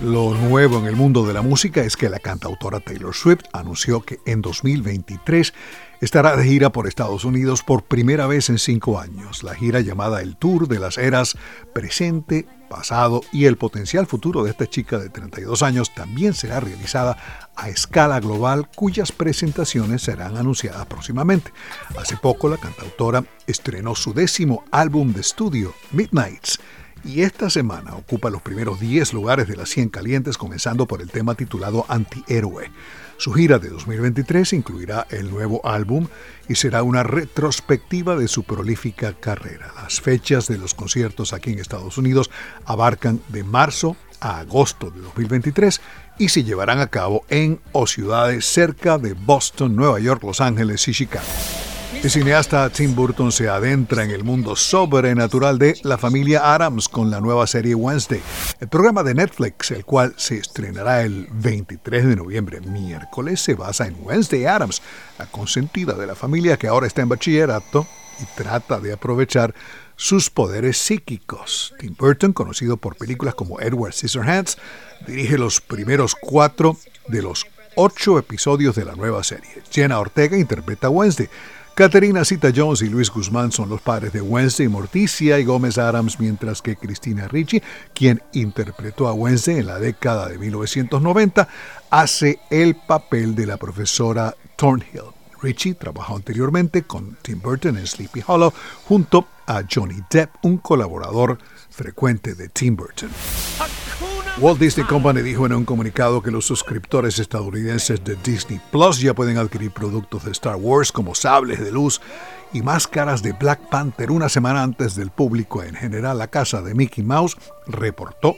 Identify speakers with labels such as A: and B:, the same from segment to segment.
A: Lo nuevo en el mundo de la música es que la cantautora Taylor Swift anunció que en 2023 estará de gira por Estados Unidos por primera vez en 5 años. La gira llamada El Tour de las Eras Presente, Pasado y el Potencial Futuro de esta chica de 32 años también será realizada a escala global, cuyas presentaciones serán anunciadas próximamente. Hace poco la cantautora estrenó su 10º álbum de estudio, Midnights, y esta semana ocupa los primeros 10 lugares de las 100 calientes, comenzando por el tema titulado Antihéroe. Su gira de 2023 incluirá el nuevo álbum y será una retrospectiva de su prolífica carrera. Las fechas de los conciertos aquí en Estados Unidos abarcan de marzo a agosto de 2023 y se llevarán a cabo en o ciudades cerca de Boston, Nueva York, Los Ángeles y Chicago. El cineasta Tim Burton se adentra en el mundo sobrenatural de la familia Addams con la nueva serie Wednesday, el programa de Netflix, el cual se estrenará el 23 de noviembre, miércoles, se basa en Wednesday Addams, la consentida de la familia que ahora está en bachillerato y trata de aprovechar sus poderes psíquicos. Tim Burton, conocido por películas como Edward Scissorhands, dirige los primeros 4 de los 8 episodios de la nueva serie. Jenna Ortega interpreta a Wednesday. Catherine Zeta-Jones y Luis Guzmán son los padres de Wednesday, Morticia y Gómez Addams, mientras que Christina Ricci, quien interpretó a Wednesday en la década de 1990, hace el papel de la profesora Thornhill. Ricci trabajó anteriormente con Tim Burton en Sleepy Hollow junto a Johnny Depp, un colaborador frecuente de Tim Burton. Walt Disney Company dijo en un comunicado que los suscriptores estadounidenses de Disney Plus ya pueden adquirir productos de Star Wars como sables de luz y máscaras de Black Panther una semana antes del público en general. La casa de Mickey Mouse reportó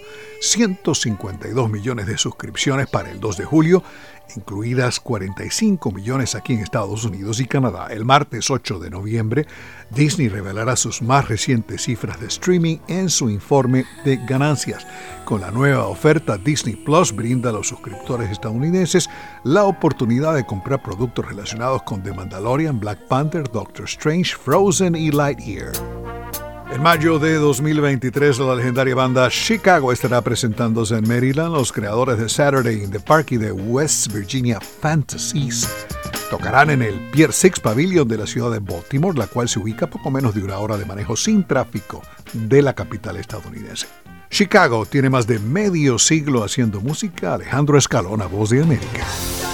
A: 152 millones de suscripciones para el 2 de julio, incluidas 45 millones aquí en Estados Unidos y Canadá. El martes 8 de noviembre, Disney revelará sus más recientes cifras de streaming en su informe de ganancias. Con la nueva oferta, Disney Plus brinda a los suscriptores estadounidenses la oportunidad de comprar productos relacionados con The Mandalorian, Black Panther, Doctor Strange, Frozen y Lightyear. En mayo de 2023, la legendaria banda Chicago estará presentándose en Maryland. Los creadores de Saturday in the Park y de West Virginia Fantasies tocarán en el Pier 6 Pavilion de la ciudad de Baltimore, la cual se ubica a poco menos de una hora de manejo sin tráfico de la capital estadounidense. Chicago tiene más de medio siglo haciendo música. Alejandro Escalona, Voz de América.